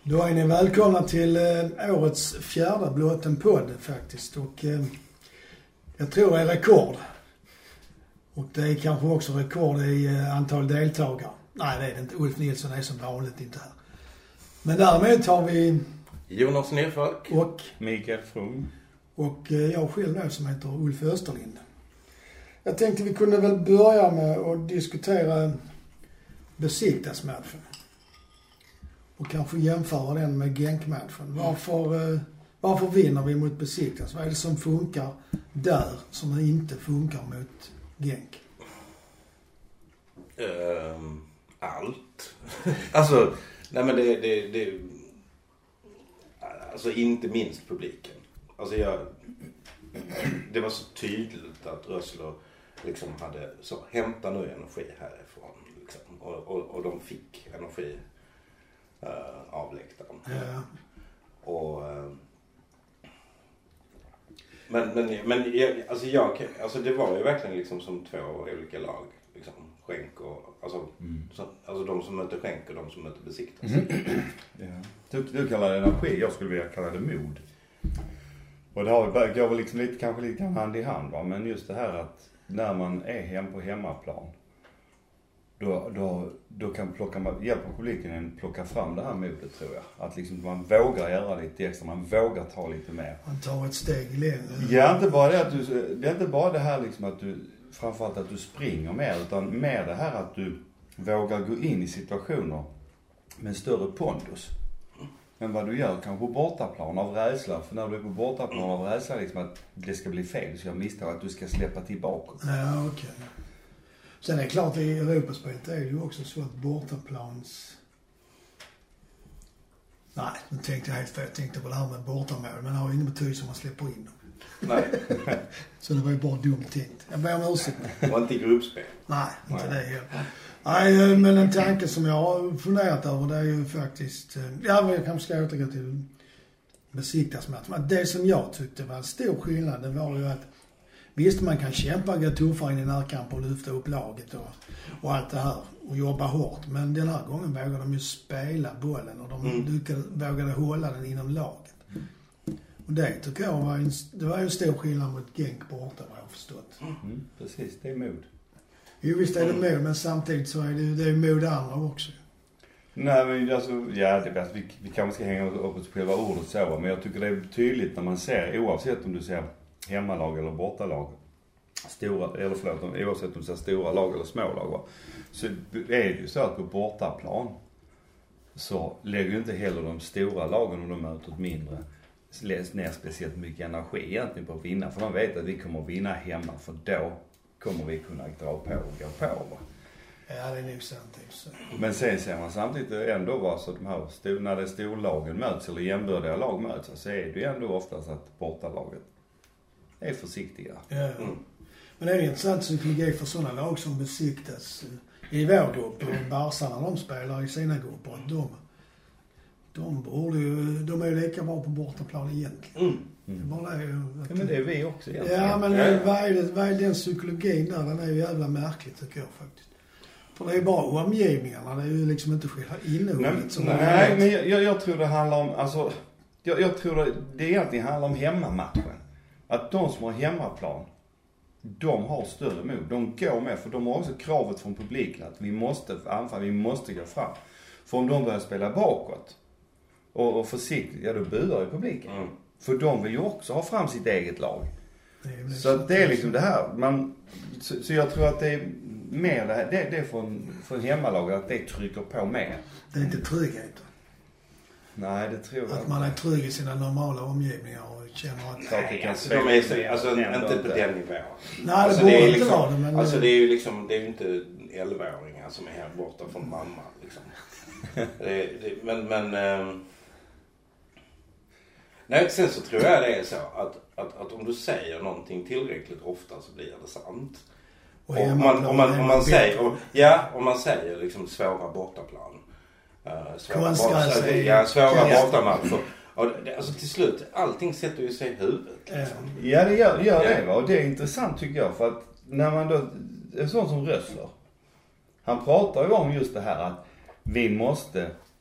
Då är ni välkomna till årets fjärde Blåten-podd faktiskt. Och jag tror det är rekord. Och det är kanske också rekord i antal deltagare. Nej, det är det inte. Ulf Nilsson är som vanligt inte här. Men därmed har vi Jonas Nerfalk och Mikael From och jag själv då som heter Ulf Österlind. Jag tänkte vi kunde väl börja med att diskutera Besiktas-matchen. Och kanske jämföra den med Genk-matchen. Varför vinner vi mot Besiktas? Vad är det som funkar där som inte funkar mot Genk? Allt. Alltså, nej men det alltså inte minst publiken. Alltså det var så tydligt att Rössler liksom hade så, hämta nu energi härifrån liksom. Och de fick energi av läktaren. Ja. Och alltså det var ju verkligen liksom som två olika lag liksom, Genk och alltså de som mötte Genk och de som mötte Besiktas. Ja. Du kallar det energi, jag skulle vilja kalla det mod. Och det går väl liksom kanske lite hand i hand, va? Men just det här att när man är på hemmaplan då kan hjälpa publiken plocka fram det här modet, tror jag. Att liksom man vågar göra lite extra, man vågar ta lite mer. Man tar ett steg längre. Ja, inte bara det att det är inte bara det här liksom att du, framförallt att du springer mer, utan mer det här att du vågar gå in i situationer med större pondus. Men vad du gör kanske på bortaplan av rädsla, för när du är på bortaplan av rädsla liksom att det ska bli fel, du ska misstag, att du ska släppa tillbaka. Ja, okej. Sen är det klart, i Europaspelet är det ju också så att bortaplans... Nej, nu tänkte jag helt fel. Jag tänkte på det här med bortamål, men det har ju ingen betydelse om man släpper in dem. Nej. Så det var ju bara dumt tänkt. Jag ber om ursäkt. Det var inte i gruppspel. Nej, inte det heller. Nej, men en tanke som jag har funderat över, det är ju faktiskt... Ja, jag kanske ska återgå till Besiktas-matchen. Det som jag tyckte var en stor skillnad, det var ju att visst, man kan kämpa, gå tuffare in i närkamp och lyfta upp laget och allt det här och jobba hårt. Men den här gången vågade de ju spela bollen och de vågade hålla den inom laget. Och det tycker jag var en stor skillnad mot Genk borta, vad jag har förstått. Precis, det är mod. Jo, visst är det mod, men samtidigt så är det mod andra också. Nej, men alltså, ja, det är bäst. Vi kanske ska hänga upp på själva ordet så, men jag tycker det är tydligt när man ser, oavsett om du ser hemmalag eller bortalag, oavsett om du ser stora lag eller små lag, va? Så är det ju så att på bortaplan så lägger ju inte heller de stora lagen, om de möter ett mindre, ner speciellt mycket energi egentligen på att vinna, för de vet att vi kommer att vinna hemma, för då kommer vi kunna dra på och gå på, va? Ja, det är nog sant. Men sen ser man samtidigt ändå var så att de här när det storlagen möts eller jämbördiga lag möts, så är det ju ändå oftast att bortalaget är försiktiga. Ja. Men det är intressant psykologi för sådana lag som Besiktas i vår grupp och Barca när de spelar i sina grupper, att de är ju lika bra på bortaplan egentligen. Ja, men det är vi också egentligen. Ja, men vad är den psykologin där? Den är ju jävla märkligt, tycker jag faktiskt. För det är bara omgivningarna, det är ju liksom inte själva innehållet. Nej, men jag tror det handlar om, alltså, jag tror det egentligen handlar om hemmamatchen. Att de som har hemmaplan, de har större mod. De går med, för de har också kravet från publiken att vi måste anfalla, vi måste gå fram. För om de börjar spela bakåt och försiktigt, ja, då buar ju publiken. För de vill ju också ha fram sitt eget lag. Så det är liksom det här. Så jag tror att det är mer det är från hemmalaget, att det trycker på mer. Det är inte trygghet. Nej, det tror jag att man är trygg i sina normala omgivningar och känner att... Nej, alltså, de är inte på den nivån. Nej, alltså, det borde inte liksom, vara det, men... Alltså det är ju liksom, det är ju inte 11-åringar som är här borta från mamma, liksom. Nej, sen så tror jag det är så att om du säger någonting tillräckligt ofta så blir det sant. Om man säger liksom svåra bortaplan. Svåra bortamatcher. Alltså till slut, allting sätter ju sig i huvudet. Liksom. Ja, det gör det, va? Och det är intressant, tycker jag, för att när man då, en sån som Rössler, han pratar ju om just det här att vi måste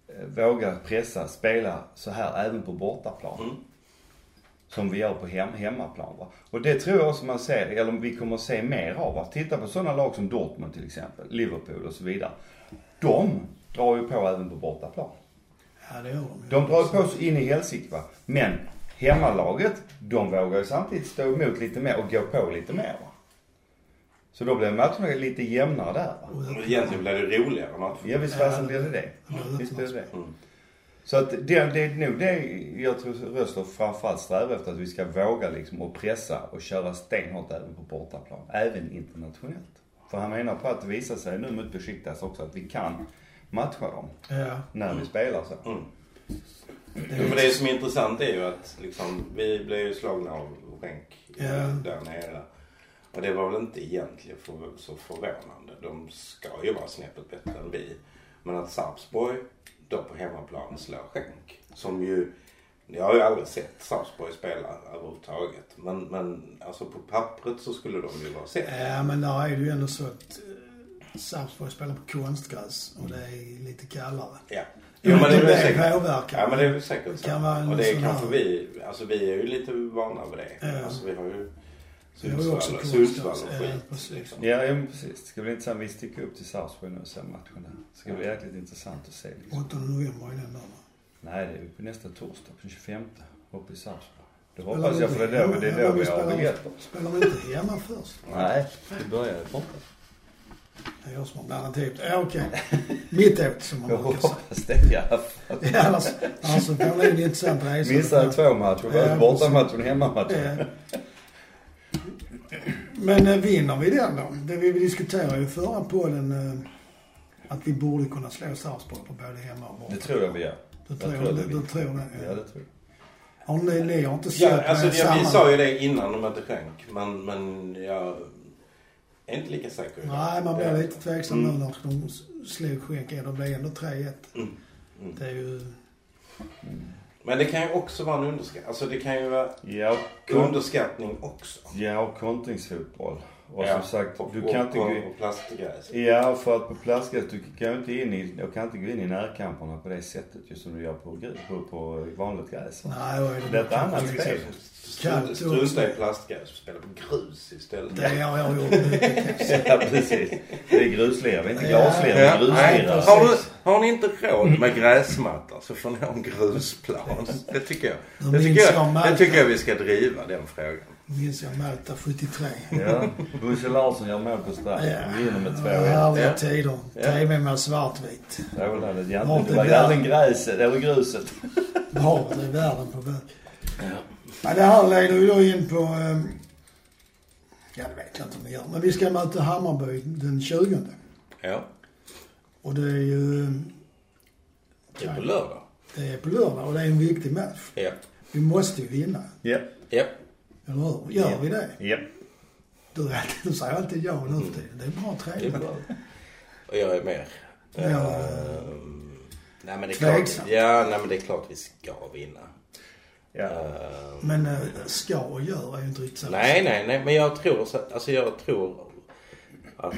våga pressa, spela så här även på bortaplan. Som vi gör på hemmaplan. Va? Och det tror jag också man ser, eller vi kommer att se mer av. Va? Titta på sådana lag som Dortmund till exempel, Liverpool och så vidare. De drar ju på även på bortaplan. Ja, det gör de. De drar på sig in i helsike, va. Men hemmalaget, de vågar ju samtidigt stå emot lite mer och gå på lite mer, va. Så då blir matcherna lite jämnare där, va. Och egentligen blir det roligare matcher. Ja, visst blir det. Visst blir det. Så att det är nog det jag tror Rössler framförallt strävar efter, att vi ska våga liksom och pressa och köra stenhårt även på bortaplan, även internationellt. För han menar på att det visar sig nu mot Besiktas också att vi kan matcha dem när vi spelar så. Men det som är intressant är ju att liksom, vi blev ju slagna av Renk där nere. Och det var väl inte egentligen så förvånande. De ska ju vara snäppet bättre än vi. Men att Sarpsborg då på hemmaplan slår Renk. Som ju, jag har ju aldrig sett Sarpsborg spela överhuvudtaget. Men alltså på pappret så skulle de ju vara sett. Ja, men där är det ju ändå så att Sarpsborg spelar på konstgräs och det är lite kallare. Ja. Jo, men det är säkert. påverkan. Ja, men det är väl säkert så. Och det är kanske vi, alltså vi är ju lite vana vid det. Ja. Alltså vi har ju Sundsvall och skit. Liksom. Ja, precis. Det ska bli intressant. Vi sticker upp till Sarpsborg nu och ser matchen där. Det ska bli jäkligt intressant att se. Liksom. 8 november är den där, va? Nej, det är på nästa torsdag, på 25. Uppe i Sarpsborg. Det hoppas jag, för det är då vi har biljetter. Spelar vi inte hemma först? Nej, det börjar borta. Det är jag som har blandat ihop det. Ja, okej. Mittåt som man Jag brukar säga. hoppas det i alla fall. Ja, annars får det en intressant resa. Missar 2 matcher, både bortamatchen och hemmamatchen. Men vinner vi den då? Det vi diskuterade ju förra podden att vi borde kunna slå Sarpsborg på både hemma och borta. Det tror jag vi gör. Du tror det? Ja, det tror jag. Om ni har inte sett alltså vi sa ju det innan de inte sjönk. Men jag är inte lika säker. Nej, man blir lite tveksam nu när de slog Schenk. Då blir ändå 3-1. Det är ju... Men det kan ju också vara en underskattning. Alltså det kan ju vara underskattning också. Ja, och kontringsfotboll. Och som sagt, du kan inte gå in... Och plastgräs. Ja, för att på plastgräs, du kan inte gå in i närkamperna på det sättet just som du gör på vanligt gräs. Nej, och det är ett annat spel. Strunta i plastgräs och spela på grus istället. Det har jag gjort mycket. Ja, precis. Det är gruslera, inte glaslera, det är gruslera. Har ni inte råd med gräsmattor så får ni ha en grusplan. Det tycker jag. Det tycker jag vi ska driva, den frågan. Minns jag Malta 73. Ja, Bosse Larsson gör mål på straff. Vi vinner med 2-1. Härliga tider. TV med svartvit. Det var jävligt gräset, eller gruset. Vart är världen på väg? Men det här leder ju då in på... ja, det vet jag inte om vi gör. Men vi ska möta Hammarby den 20. Ja. Och det är ju... Det är på lördag. Det är på lördag och det är en viktig match. Ja. Vi måste ju vinna. Ja. Ja. Eller hur? Gör vi det? Ja. Du säger alltid ja nu för tiden. Det är bra träning. Och jag är mer... nej, men det är tveksam. klart, det är klart vi ska vinna. Ja. Men ska och gör är ju inte riktigt så. Nej, men jag tror att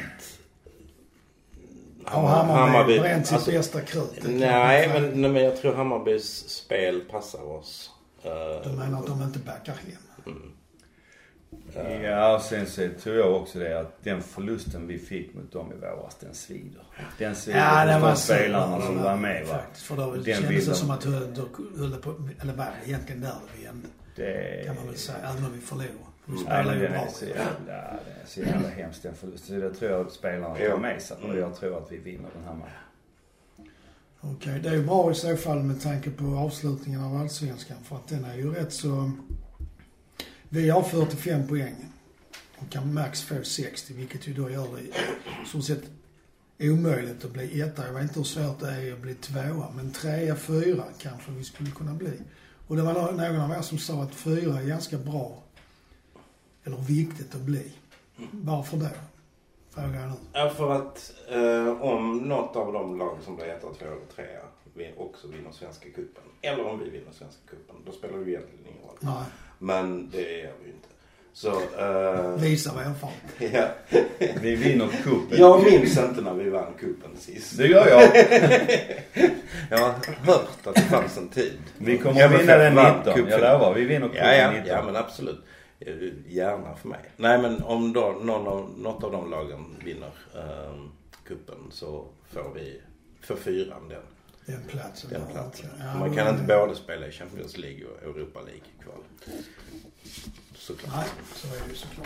Hammarby bränt sitt bästa krut. Nej, men jag tror Hammarbys spel passar oss. Du menar att de inte backar hem? Ja, sen så tror jag också det att den förlusten vi fick mot dem i våras, den svider. Den svider på de spelarna som var med, va? Faktiskt, för då kändes det som att du höll på, eller var det egentligen där vi ände? Det kan man väl säga, även om vi förlorar. Vi spelar ju bra. Det är så jävla hemskt den förlusten. Så det tror jag att spelarna tar med sig. Och jag tror att vi vinner den här matchen. Okej, det är ju bra i så fall med tanke på avslutningen av Allsvenskan. För att den är ju rätt så... Vi har 45 poäng och kan max få 60, vilket ju då gör det som sett omöjligt att bli etta. Jag vet inte hur svårt det är att bli tvåa, men 3, 4 kanske vi skulle kunna bli. Och det var någon av er som sa att 4 är ganska bra eller viktigt att bli. Varför då? Frågar jag nu. Ja, för att om något av de lag som blir 1, 2 eller 3 vi också vinner Svenska cupen, eller om vi vinner Svenska cupen, då spelar det egentligen ingen roll. Nej. Men det gör vi inte. Så, Visar vad erfarenhet. Ja. Vi vinner kuppen. Jag minns inte när vi vann kuppen sist. Det gör jag. Jag har hört att det fanns en tid. Vi kommer att vinna den 19. Kuppen. Jag lovar, vi vinner kuppen 19. Ja, men absolut. Gärna för mig. Nej, men om då något av de lagen vinner kuppen så får vi för 4 Den platsen. Den platsen. Ja, man kan inte både spela i Champions League och Europa League kval. Såklart. Nej, så är det såklart.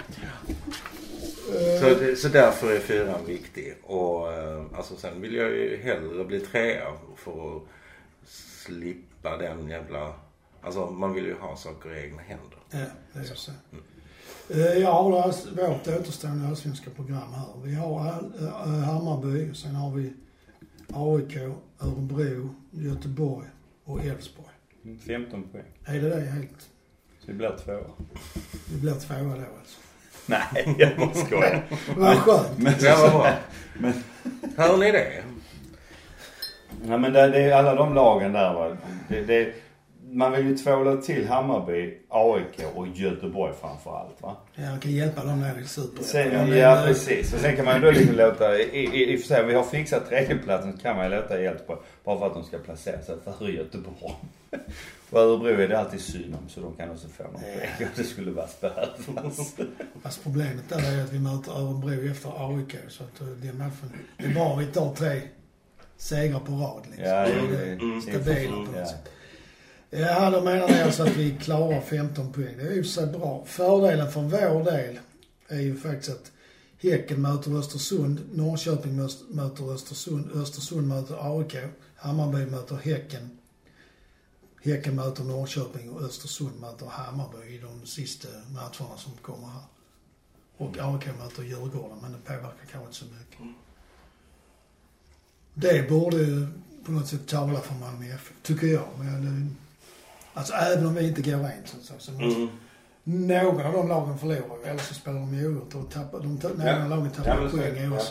Så därför är 4 viktig. Och alltså sen vill jag ju hellre bli 3 för att slippa den jävla... Alltså man vill ju ha saker i egna händer. Ja, det är så. Jag har vårt återstående allsvenska program här. Vi har Hammarby, sen har vi AIK, Örebro, Göteborg och Elfsborg. 15 poäng. Är det helt? Så vi blir 2. Vi blir 2 då alltså. Nej, jag måste skoja. Vad skönt. Men Det var bra. Hör ni det? Ja, men det är alla de lagen där, va. Man vill ju tvåla till Hammarby, AIK och Göteborg framförallt, va? Jag kan hjälpa dem ner i Superettan. Ja, precis. Och sen kan man ju då liksom låta, i och för sig, vi har fixat tredjeplatsen, så kan man ju låta Elfsborg bara för att de ska placera sig före Göteborg. Och Örebro är det alltid synd om, så de kan också få någon poäng. Det skulle vara behövas. Fast problemet där är att vi möter Örebro efter AIK, så att den matchen, det är bara vi tar 3 segrar på rad liksom. Ja, det är stabilt på något sätt. Ja, då menar jag alltså att vi klarar 15 poäng. Det är ju så bra. Fördelen för vår del är ju faktiskt att Häcken möter Östersund, Norrköping möter Östersund, Östersund möter AIK, Hammarby möter Häcken, Häcken möter Norrköping och Östersund möter Hammarby i de sista matcherna som kommer här. Och AIK möter Djurgården, men det påverkar kanske inte så mycket. Det borde ju på något sätt tavla för Malmö FF, tycker jag. Men alltså även om vi inte går rent så måste någon av de lagen förlorar, eller så spelar de ju oerhört och tappar, några lagen tappar poäng också.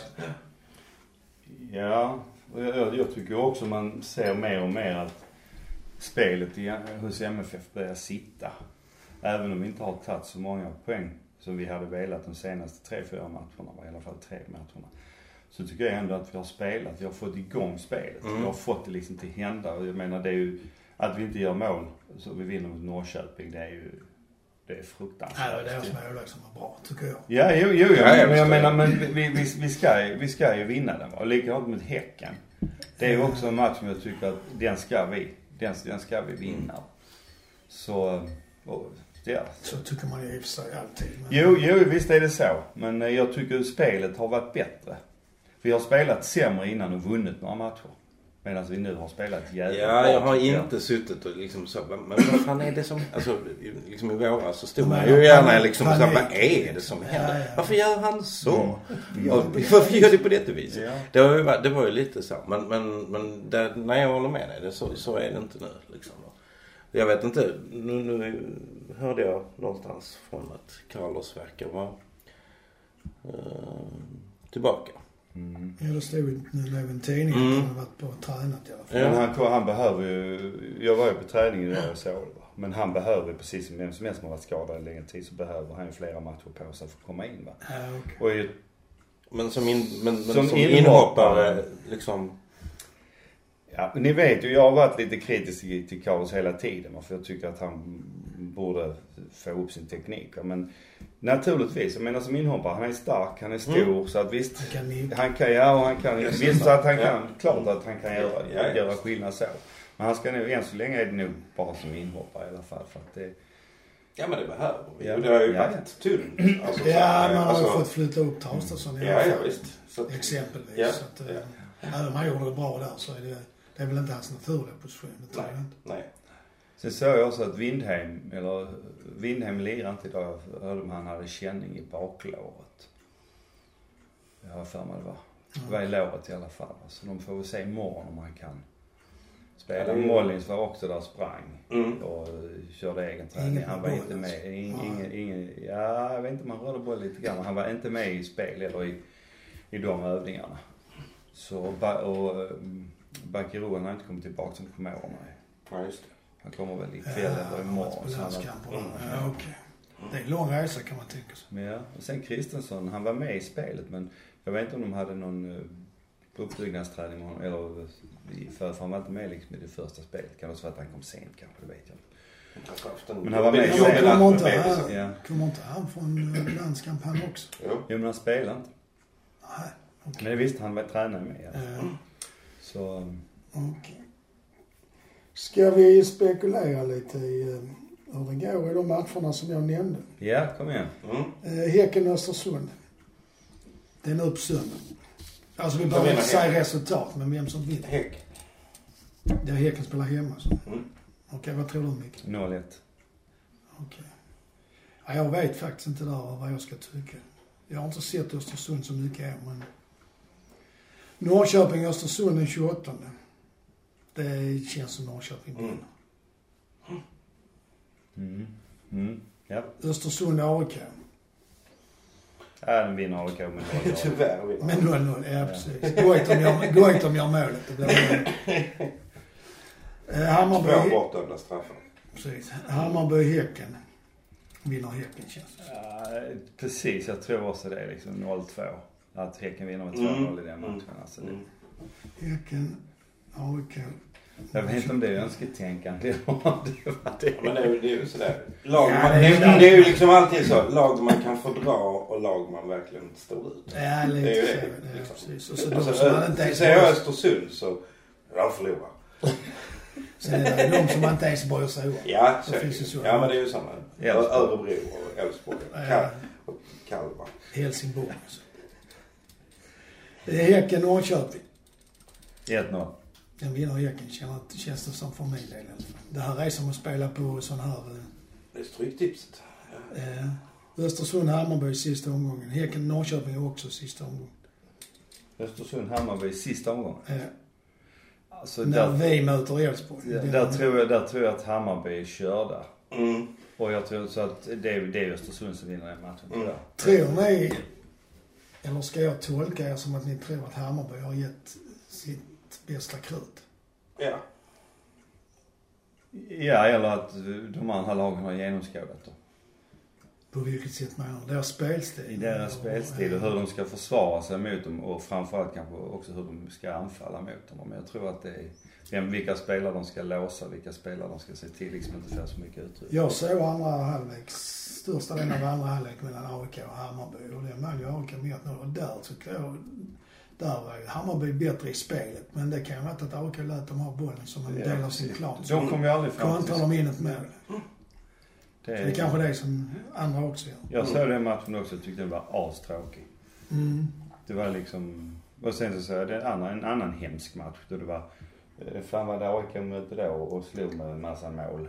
Ja, och jag tycker också man ser mer och mer att spelet hos MFF börjar sitta. Även om vi inte har tagit så många poäng som vi hade velat de senaste 3-4 matcherna, i alla fall 3 matcherna. Så tycker jag ändå att vi har spelat, vi har fått igång spelet. Vi har fått det liksom till hända. Och jag menar, det är ju att vi inte gör mål så vi vinner mot Norrköping, det är fruktansvärt. Ja, det är deras mållag som var bra, tycker jag. Ja, men jag menar, men vi ska ju vinna den, och likadant mot Häcken. Det är ju också en match som jag tycker att den ska vi vinna. Så ja. Så tycker man ju i och för sig alltid. Men... Jo, visst är det så. Men jag tycker spelet har varit bättre. Vi har spelat sämre innan och vunnit några matcher. Medan vi nu har spelat jävligt bra. Ja, jag har inte suttit och liksom så, men vad fan är det som, alltså liksom i våras så stod man ju gärna liksom så, vad är det som händer? Ja. Varför gör han så? Varför gör det på det viset? Ja. Det var ju lite så, men där, när jag håller med dig, så är det inte nu liksom. Jag vet inte, nu hörde jag någonstans från att Carlos verkar vara tillbaka. Ja, det stod ju någon tidning att han har varit på och tränat i alla fall. Men han behöver ju, jag var ju på träningen idag och så det var. Men han behöver, precis som vem som helst som har varit skadad en längre tid, så behöver han ju flera matcher på sig för att komma in, va? Ja, okay. Och men som inhoppare liksom. Ja, ni vet ju, jag har varit lite kritisk till Carlos hela tiden, för jag tycker att han borde få upp sin teknik. Men naturligtvis, jag menar som inhoppare, han är stark, han är stor, så att visst, han kan visst så att han kan, klart att han kan göra skillnad så. Men han ska nu, än så länge är det nog bara som inhoppare i alla fall, för att det... Ja, men det behöver vi. Ja, det har ju varit tunt. Alltså, ja, man har ju fått flytta upp Traustason i alla fall. Ja, visst. Så, exempelvis. Ja. Så att, även om han gjorde det bra där, så är det är väl inte hans naturliga position. Nej. Sen såg jag också att Windheim lirar inte idag. Han hade känning i baklåret. Jag har för mig det var i låret i alla fall. Så de får väl se imorgon om han kan spela. Mollins var också där, sprang och körde egen träning. Han var inte med. Jag vet inte om han rörde boll lite grann. Han var inte med i spel eller i de övningarna. Så Bakirou har inte kommit tillbaka som kommer ihåg mig. Ja, just det. Han kommer väl ikväll eller imorgon. Ja, okej. Det är en lång resa kan man tänka sig. Ja, och sen Kristensson, han var med i spelet men jag vet inte om de hade någon uppbyggnadsträning med honom, eller för han var inte med liksom i det första spelet. Kan det vara att han kom sent kanske, det vet jag inte. Men han var med i Kommer inte han från landskampanj också? Jo, men han spelar inte. Nej, okay. Men det visste han var tränare med. Så... Okej. Ska vi spekulera lite i hur det går i de matcherna som jag nämnde? Ja, kom igen. Häcken Östersund. Det är nu på söndag. Alltså vi behöver inte säga resultat, men vem som vinner. Häck. Det är Häcken spelar hemma. Okej, vad tror du Micke? 0-1. Okej. Ja, jag vet faktiskt inte där vad jag ska tycka. Jag har inte sett Östersund så mycket än, men... Norrköping Östersund den 28. Det känns som Norrköping vinner. Ja. Östersund AIK. Ja, den vinner AIK med 0-0. Tyvärr vinner. Med 0-0, ja precis. Gå inte om jag målet. Det blir Hammarby... Två bortdömda straffar. Precis. Hammarby-Häcken. Vinner Häcken känns det. Ja, precis, jag tror också det är liksom 0-2. Att Häcken vinner med 2-0 i den matchen. Alltså det... Häcken, AIK. Jag vet inte om det är önsketänkande. Men det är ju sådär. Det är ju liksom alltid så. Lag man kan fördra och lag man verkligen står ut. Ja, lite det är ju så. det. Liksom. Precis. Och så alltså, säger jag Östersund så de förlorar. Sen är det de som inte ens bryr sig om. Ja, ja, men det är ju samma. Örebro och Älvsborg. Kalmar. Helsingborg. Alltså. Det är Häcken Norrköping. 1-0. Den vinner Häcken känns det som för min del. Det här är som att spela på sån här... Det är stryktipset. Östersund Hammarby i sista omgången. Häcken Norrköping också sista omgången. Östersund Hammarby i sista omgången. Alltså när vi möter Älvsborg. Där tror jag att Hammarby är körda. Och jag tror så att det är Östersund som vinner den matchen. Tror ni, eller ska jag tolka er som att ni tror att Hammarby har gett sitt bästa krut? Ja. Ja, eller att de andra lagen har genomskådat dem. På vilket sätt menar du? Deras spelstil? I deras spelstil och hur de ska försvara sig mot dem och framförallt kanske också hur de ska anfalla mot dem. Men jag tror att det är vilka spelare de ska låsa, vilka spelare de ska se till liksom inte få så mycket utrymme. Jag såg andra halvlek, största delen av andra halvlek mellan AIK och Hammarby och det man ju AIK med och där tycker jag där var ju Hammarby bättre i spelet, men det kan ju vara att AIK lät dem ha bollen som en del av sin plan. De kommer ju aldrig fram till. Kontra dem in ett mål. Det är kanske det som andra också gör. Jag såg den matchen också och tyckte den var astråkig. Det var liksom... Och sen så såg jag en annan hemsk match då det var... Fan vad det AIK mötte då och slog med en massa mål.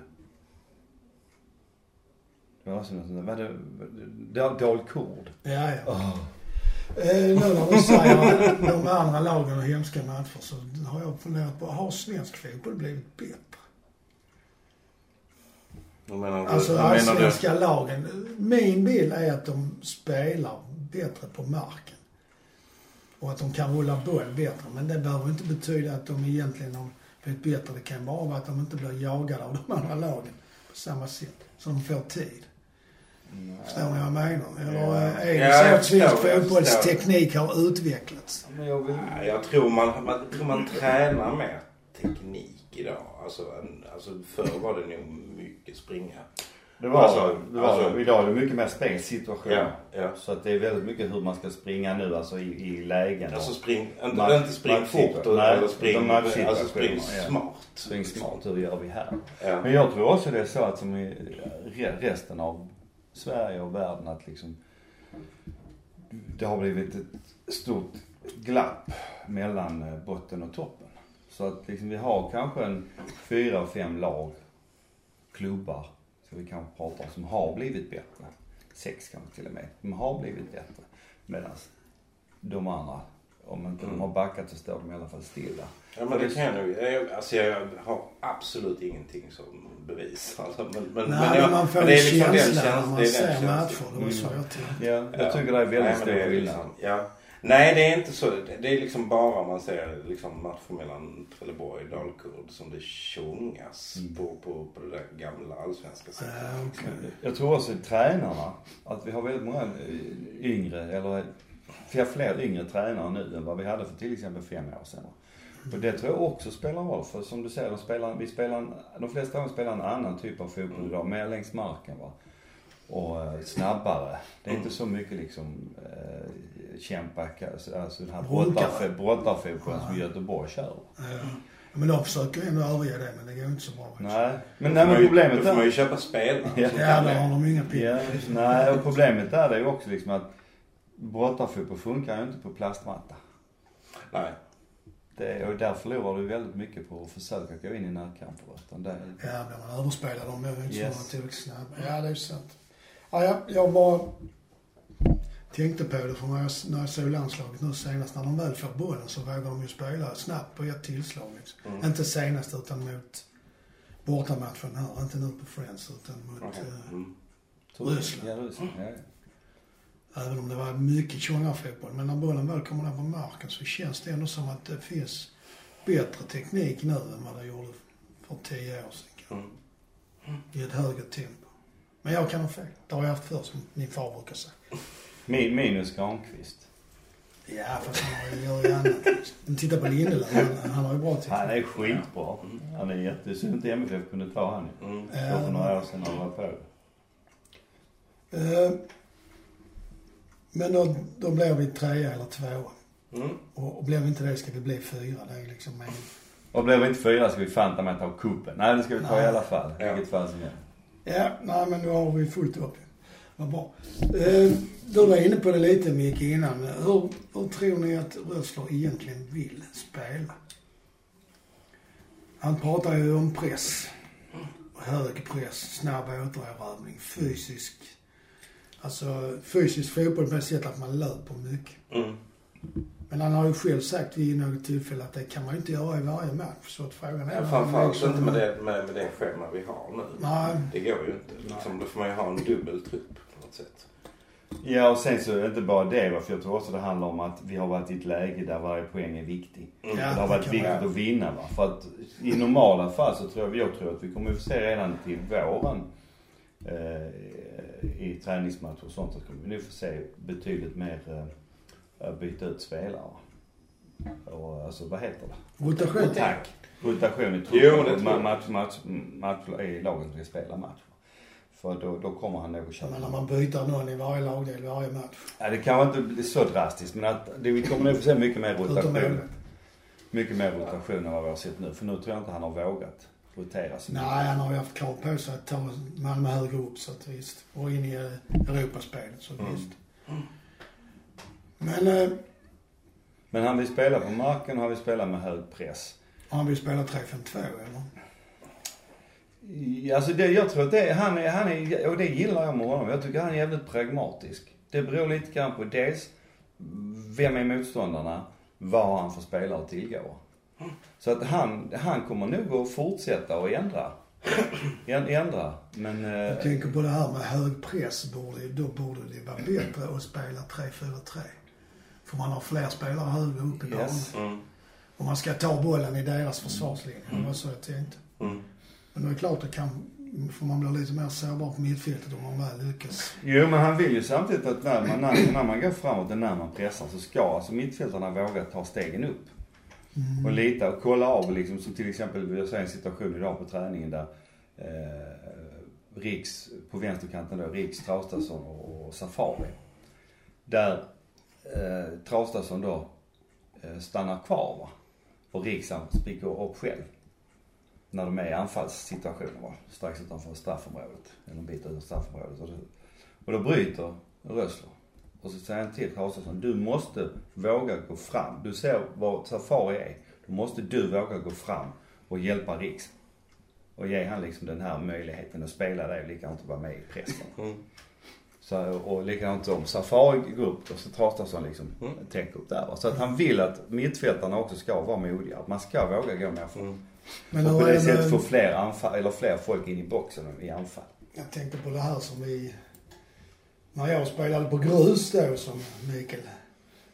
Det var som en sån där... Dalkurd. Ja. Nu när du säger de andra lagen och hemska matcher så har jag funderat på, har svensk fotboll blivit bättre? Alltså allsvenska lagen. Min bild är att de spelar bättre på marken. Och att de kan rulla boll bättre. Men det behöver inte betyda att de egentligen har blivit bättre. Det kan bara vara att de inte blir jagade av de andra lagen på samma sätt. Så de får tid. Förstår ni vad jag menar? Eller är det så att svensk fotbollsteknik har utvecklats? Jag tror man tränar mer teknik idag. Alltså förr var det nog mycket springa. Idag är det mycket mer spelsituation. Ja. Så att det är väldigt mycket hur man ska springa nu, alltså i lägen. Alltså inte spring fort eller spring smart. Spring smart, hur gör vi här? Ja. Men jag tror också det är så att som i resten av Sverige och världen att liksom det har blivit ett stort glapp mellan botten och toppen. Så att liksom vi har kanske 4-5 lag, klubbar, så vi kanske pratar om, som har blivit bättre. 6 kanske till och med. De har blivit bättre. Medan de andra, om inte de har backat så står de i alla fall stilla. Ja, men det kan jag nog. Jag har absolut ingenting som bevis. Alltså, men man får en känsla när man ser matcher. Det var så jag tycker. Ja, jag tycker det är väldigt stor skillnad. Ja. Nej, det är inte så. Det är liksom bara man ser liksom matcher mellan Trelleborg och Dalkurd som det tjongas på det där gamla allsvenska sättet. Okay. Jag tror också tränarna, att vi har väldigt många yngre, eller fler yngre tränare nu än vad vi hade för till exempel 5 år sedan. Och det tror jag också spelar roll, för som du säger, de flesta av spelar en annan typ av fotboll idag, mer längs marken, va. Och snabbare. Det är inte så mycket liksom kämpa, alltså den här brottarfotbollen som Göteborg kör. Men de försöker ändå överge det, men det går inte så bra. Nej, men problemet då får man ju köpa spel. Ja, då har de inga pinnar. Nej, och problemet där är ju också liksom att brottarfotboll funkar ju inte på plastmatta. Nej. Och där förlorar du väldigt mycket på att försöka gå in i närkamper. Ja, när man överspelar dem, är inte så tillräckligt snabb. Ja, det är sant. Ja, jag bara tänkte på det, för när jag såg landslaget nu senast, när de väl får bollen så vågar de ju spela snabbt på ett tillslag. Liksom. Inte senast utan mot bortamatchen här, inte nu på Friends utan mot Ryssland. Ja. Även om det var mycket tjongare fotboll. Men när bollen väl kommer ner på marken så känns det ändå som att det finns bättre teknik nu än vad det gjorde för 10 år sedan. I ett högre tempo. Men jag kan ha fel. Det har jag haft för, som min far brukar säga. Minus Granqvist. Ja, fast han gör ju annat. Men titta på Lindelöf, han har ju bra teknik. Han är skitbra. Han är jättesynd inte MFF kunde ta han. För några år sedan han var på det. Men då blev vi 3 eller 2. Och blev vi inte det ska vi bli 4. Det är liksom meningen. Och blev vi inte 4 ska vi fanta med att ta kuppen. Nej, det ska vi ta i alla fall. Vilket fall som helst. Ja, nej men nu har vi fullt upp. Vad bra. Du var inne på det lite mycket innan. Hur tror ni att Rössler egentligen vill spela? Han pratar ju om press. Hög press, snabb återerövring, fysisk fotboll på det sättet att man löper mycket. Men han har ju själv sagt vid något tillfälle att det kan man inte göra i varje match. Så att frågan är... Framförallt inte med det schema vi har nu. Nej. Det går ju inte. Liksom, då får man ju ha en dubbel trupp på något sätt. Ja, och sen så är det inte bara det. För jag tror också det handlar om att vi har varit i ett läge där varje poäng är viktig. Ja, det har varit viktigt att vinna, va. För att i normala fall så tror jag att vi kommer att se redan till våren i träningsmatcher och sånt, så kommer vi nu få se betydligt mer byta ut spelare. Och alltså, vad heter det? Rotation. Tack. Rotation i truppen. Match i lagen som ska spela match. För då kommer han nog att köra. Men när man byter någon i varje lagdel, varje match. Ja, det kan inte bli så drastiskt, men att vi kommer nog få se mycket mer rotation. Mycket mer rotation än vad vi har sett nu. För nu tror jag inte han har vågat rotera sig. Nej, han har ju haft krav på sig att ta Malmö högre upp, så att visst. Och in i Europaspelet, så visst. Men han vill spela på marken och han vill spela med hög press. Han vill spela 3-5-2, eller? Alltså jag tror att han är, och det gillar jag med honom. Jag tycker han är jävligt pragmatisk. Det beror lite grann på dels vem är motståndarna, vad har han för spelare att tillgå. Så att han kommer nog att fortsätta och ändra. Men jag tänker på det här med hög press, då borde det vara bättre att spela 3-4-3. För man har fler spelare högre upp i banan. Och man ska ta bollen i deras försvarslinje. Det var så jag tänkte. Men det är klart att får man bli lite mer sårbar på mittfältet om man väl lyckas. Jo, men han vill ju samtidigt att när man går framåt och när man pressar så ska alltså mittfältarna våga ta stegen upp. Och lita och kolla av liksom, som till exempel vi har en situation idag på träningen där Riks på vänsterkanten då, Riks, Traustason och Safari. Där Traustason då stannar kvar, va? Och Riks spricker upp själv. När de är i anfallssituationer, va? Strax utanför straffområdet. Eller en bit utanför straffområdet. Och då bryter Rössler. Och så säger han till Traustason, du måste våga gå fram. Du ser vad Safari är. Då måste du våga gå fram och hjälpa Riks. Och ge han liksom den här möjligheten att spela det och likadant att vara med i pressen. Så, och likadant om Safari går upp och så Traustason liksom täcker upp där. Så att han vill att mittfältarna också ska vara modiga. Att man ska våga gå med fram. Men och på det sättet få fler anfall, eller fler folk in i boxen i anfall. Jag tänkte på det här som när jag spelade på grus då, som Mikael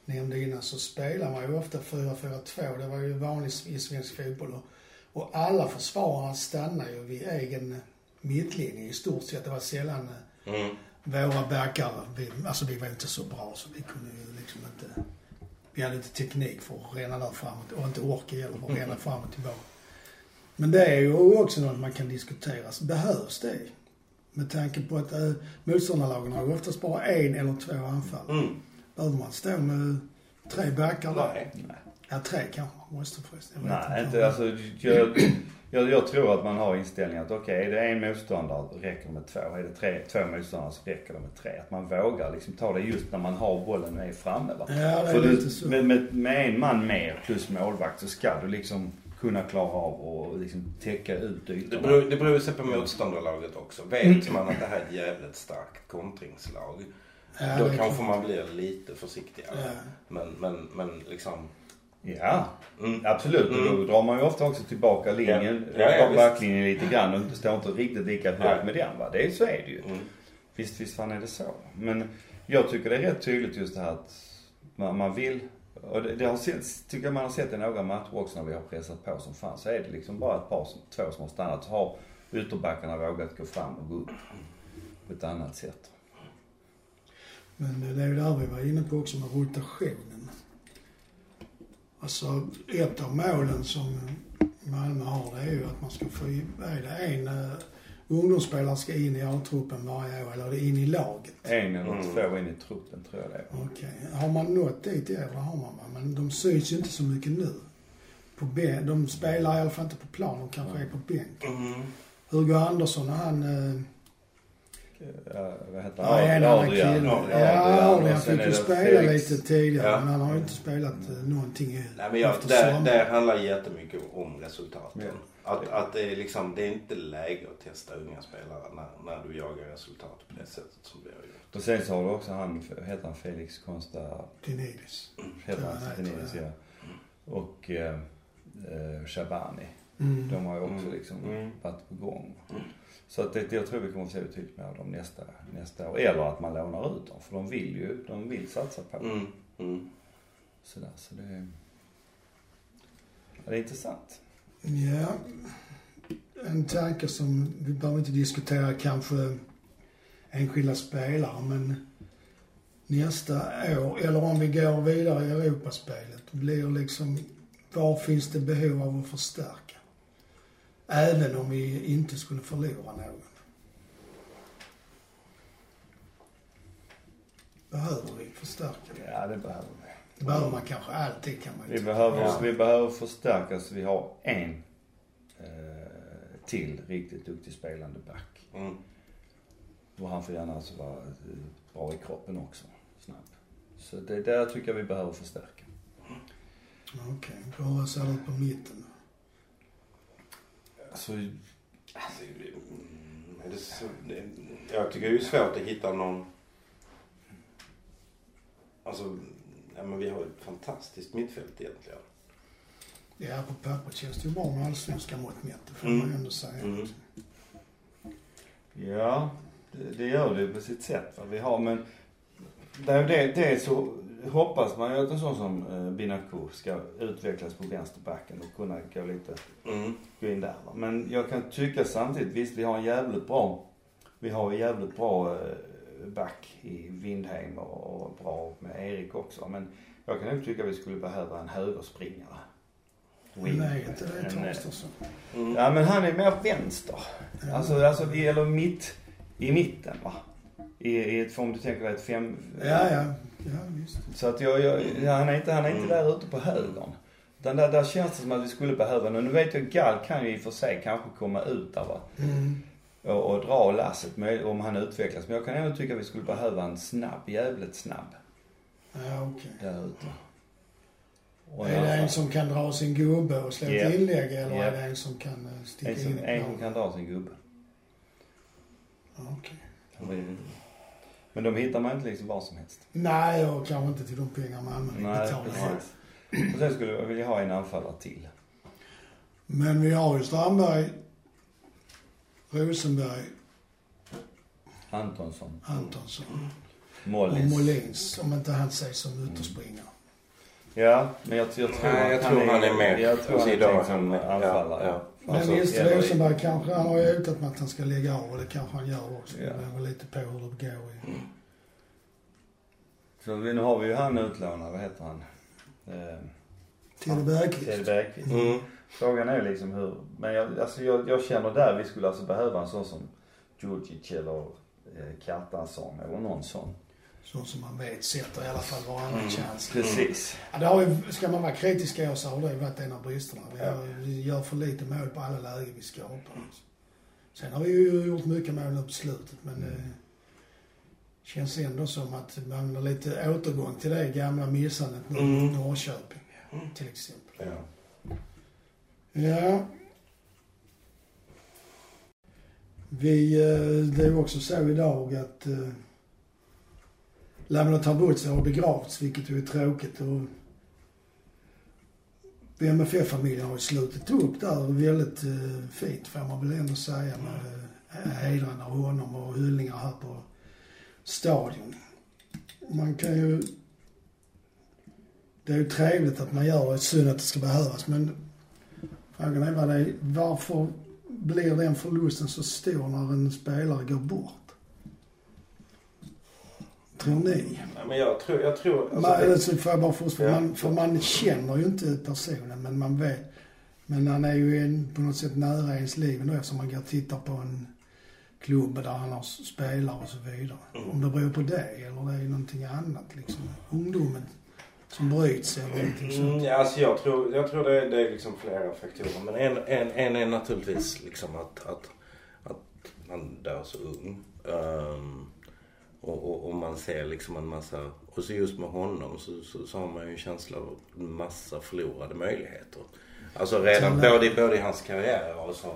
nämnde innan, så spelar man ju ofta 4-4-2. Det var ju vanligt i svensk fotboll. Och alla försvararna stannar ju vid egen mittlinje i stort sett. Det var sällan våra backar, vi var inte så bra så vi kunde ju liksom inte, vi hade inte teknik för att rena där framåt och inte orka heller för att rena fram och tillbaka. Men det är ju också något man kan diskutera. Behövs det? Med tanke på att motståndarlagen har oftast bara 1 eller 2 anfall. Behöver man stå med 3 backar där? Nej. Ja, 3 kanske man måste förresten. Nej, inte. Alltså, jag tror att man har inställningen att okej, är det en motståndare räcker det med 2. Är det 2 motståndare så räcker det med 3. Att man vågar liksom ta det just när man har bollen med framme. Va? Ja, det är för lite så. Med en man mer plus målvakt så ska du liksom kunna klara av och liksom täcka ut ytorna. Det beror sig på motståndarlaget också. Vet man att det här är ett jävligt starkt kontringslag, då kanske man blir lite försiktigare. Ja. Men liksom... Ja, absolut. Och då drar man ju ofta också tillbaka linjen, backlinjen lite grann och står inte riktigt lika högt med den. Va? Så är det ju. Visst fan är det så. Men jag tycker det är rätt tydligt just det här att man vill... Och det har sett, tycker jag man har sett i några matcher också när vi har pressat på som fan, så är det liksom bara två som har stannat. Så har ytterbackarna vågat gå fram och gå upp på ett annat sätt. Men det är ju där vi var inne på också med rotationen. Alltså ett av målen som Malmö har, det är ju att man ska få en ungdomsspelare ska in i A-truppen varje år, eller in i laget. 1 eller 2 in i truppen tror jag det är. Okej. Har man nått dit i år, det har man, men de syns ju inte så mycket nu. De spelar i alla fall inte på plan, de kanske är på bänk. Hugo Andersson, han... vad heter han? Adrian fick ju spela lite tidigare, men han har ju inte spelat någonting. Nej, men där handlar jättemycket om resultaten. Att det är liksom, det är inte läge att testa unga spelare när du jagar resultat på det sättet som vi har gjort. Och sen så har du också heter han Felix Konstantinidis. Ja. Och Shabani. De har ju också liksom varit på gång. Så att jag tror vi kommer att se betydligt mer av dem nästa år. Eller att man lånar ut dem. För de vill satsa på det. Sådär, så det är intressant. Ja, en tanke som vi behöver inte diskutera kanske enskilda spelare, men nästa år, eller om vi går vidare i Europaspelet, blir liksom, var finns det behov av att förstärka? Även om vi inte skulle förlora någon. Behöver vi förstärka? Ja, det behöver vi. Det behöver man kanske alltid, kan man ju vi behöver förstärka så vi har en till riktigt duktig spelande back. Och han får gärna alltså vara bra i kroppen också, snabb. Så det där tycker jag vi behöver förstärka. Okej, bara så ut på mitten. Jag tycker det är svårt att hitta någon... Alltså, men vi har ett fantastiskt mittfält egentligen. Ja, på pappret känns det ju bra med allsvenska mått mätt, får man ju ändå säga. Ja, det gör det på sitt sätt. Vi har, men det så hoppas man ju att en sån som Binaku ska utvecklas på vänsterbacken och kunna gå in där. Men jag kan tycka samtidigt, visst vi har en jävligt bra back i Windheim och bra med Erik också. Men jag kan nog tycka att vi skulle behöva en högerspringare. Nej, inte det Torstensson. Ja, men han är mer vänster. Ja. Alltså eller i mitten, va? I ett form, du tänker ett 5... Ja, visst. Så att han är inte där ute på högern. Den där känns det som att vi skulle behöva. Nu vet jag, Gall kan ju i och för sig kanske komma ut där, va? Och dra lasset om han utvecklas. Men jag kan ändå tycka att vi skulle behöva en jävligt snabb. Ja, okej. Där ute. Är det en som kan dra sin gubbe och slå ett inlägg, eller är det en som kan sticka in i planen? En som kan dra sin gubbe. Okej. Men de hittar man inte liksom var som helst. Nej, och kanske inte till de pengar man betalar. Och sen skulle jag vilja ha en anfallare till. Men vi har ju Strandberg, Rosenberg, Antonsson. Mollins. Och Molins, om inte han sägs som uterspringare. Ja, men jag tror han är med. Jag tror han är tänkt som anfallare. Ja. Men just Rosenberg kanske, han har ju utat med att han ska lägga av och det kanske han gör också. Ja. Det var lite på hur det går. Så nu har vi ju han utlånad, vad heter han? Teddy Bergqvist. Frågan är liksom hur, men jag känner där vi skulle alltså behöva en sån som Djurdjic eller Kjartansson eller någon sån. Så som man vet sätter i alla fall varannan chans. Precis. Ja, det har ju, ska man vara kritisk i år så har det varit en av bristerna. Vi gör för lite mål på alla lägen vi skapar. Sen har vi ju gjort mycket mål nu på slutet, men det känns ändå som att man har lite återgång till det gamla missandet nu i Norrköping till exempel. Ja. Det är också så idag att Lamela Tarbucci har begravts, vilket är tråkigt. Och MFF-familjen har ju slutit upp där väldigt fint, får man väl ändå säga, med hedrande av honom och hyllningar här på stadion. Man kan ju... Det är ju trevligt att man gör det, synd att det ska behövas, men frågan är varför blir den förlusten så stor när en spelare går bort? Tror ni? Ja, men jag tror för man känner ju inte personen, men man vet. Men han är ju på något sätt nära ens liv ändå, eftersom man går och tittar på en klubb där han har spelare och så vidare. Om det beror på det eller det är någonting annat liksom. Ungdomen som bryts eller någonting sånt. Ja, alltså jag tror det är liksom flera faktorer. Men en är naturligtvis liksom att man dör så ung. Och man ser liksom en massa, och så just med honom så har man ju en känsla av en massa förlorade möjligheter. Alltså redan både i hans karriär och så.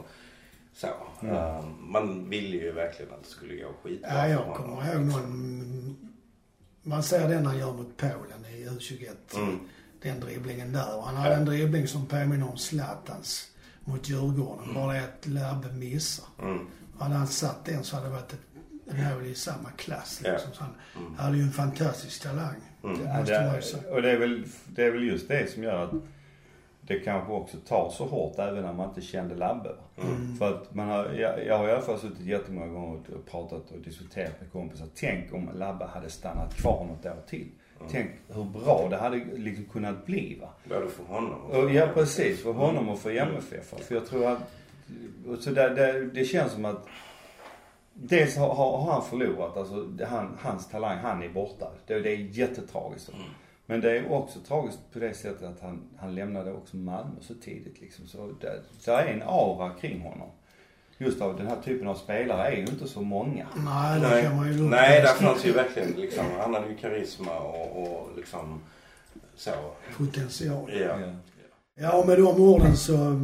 Man ville ju verkligen att det skulle gå skitbra. Ja, jag kommer ihåg man ser den han gör mot Polen i U21. Den dribblingen där. Och han hade en dribbling som påminner om Zlatans mot Djurgården. Bara det att Labbe missar. Hade han satt den så hade det varit en mål i samma klass. Liksom. Så han hade ju en fantastisk talang. Och det är väl just det som gör att det kanske också tar så hårt även när man inte kände Labbe. För att jag har i alla fall suttit jättemånga gånger och pratat och diskuterat med kompisar. Tänk om Labbe hade stannat kvar något år till. Tänk hur bra det hade liksom kunnat bli, va? Både för honom. Ja, precis. För honom och för MFF. För jag tror att så det känns som att dels har han förlorat, alltså hans talang, han är borta. Det är jättetragiskt. Men det är också tragiskt på det sättet att han lämnade också Malmö så tidigt liksom. Så det är en aura kring honom. Just av den här typen av spelare är ju inte så många. Nej, det kan man ju lugna. Nej, där fanns ju verkligen liksom, han hade ju karisma och liksom så. Potential. Ja, med de orden så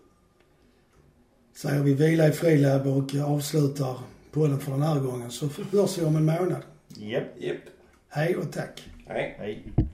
säger vi vila i frilab och avslutar podden för den här gången. Så hörs vi om en månad. Japp. Hej och tack. Hej.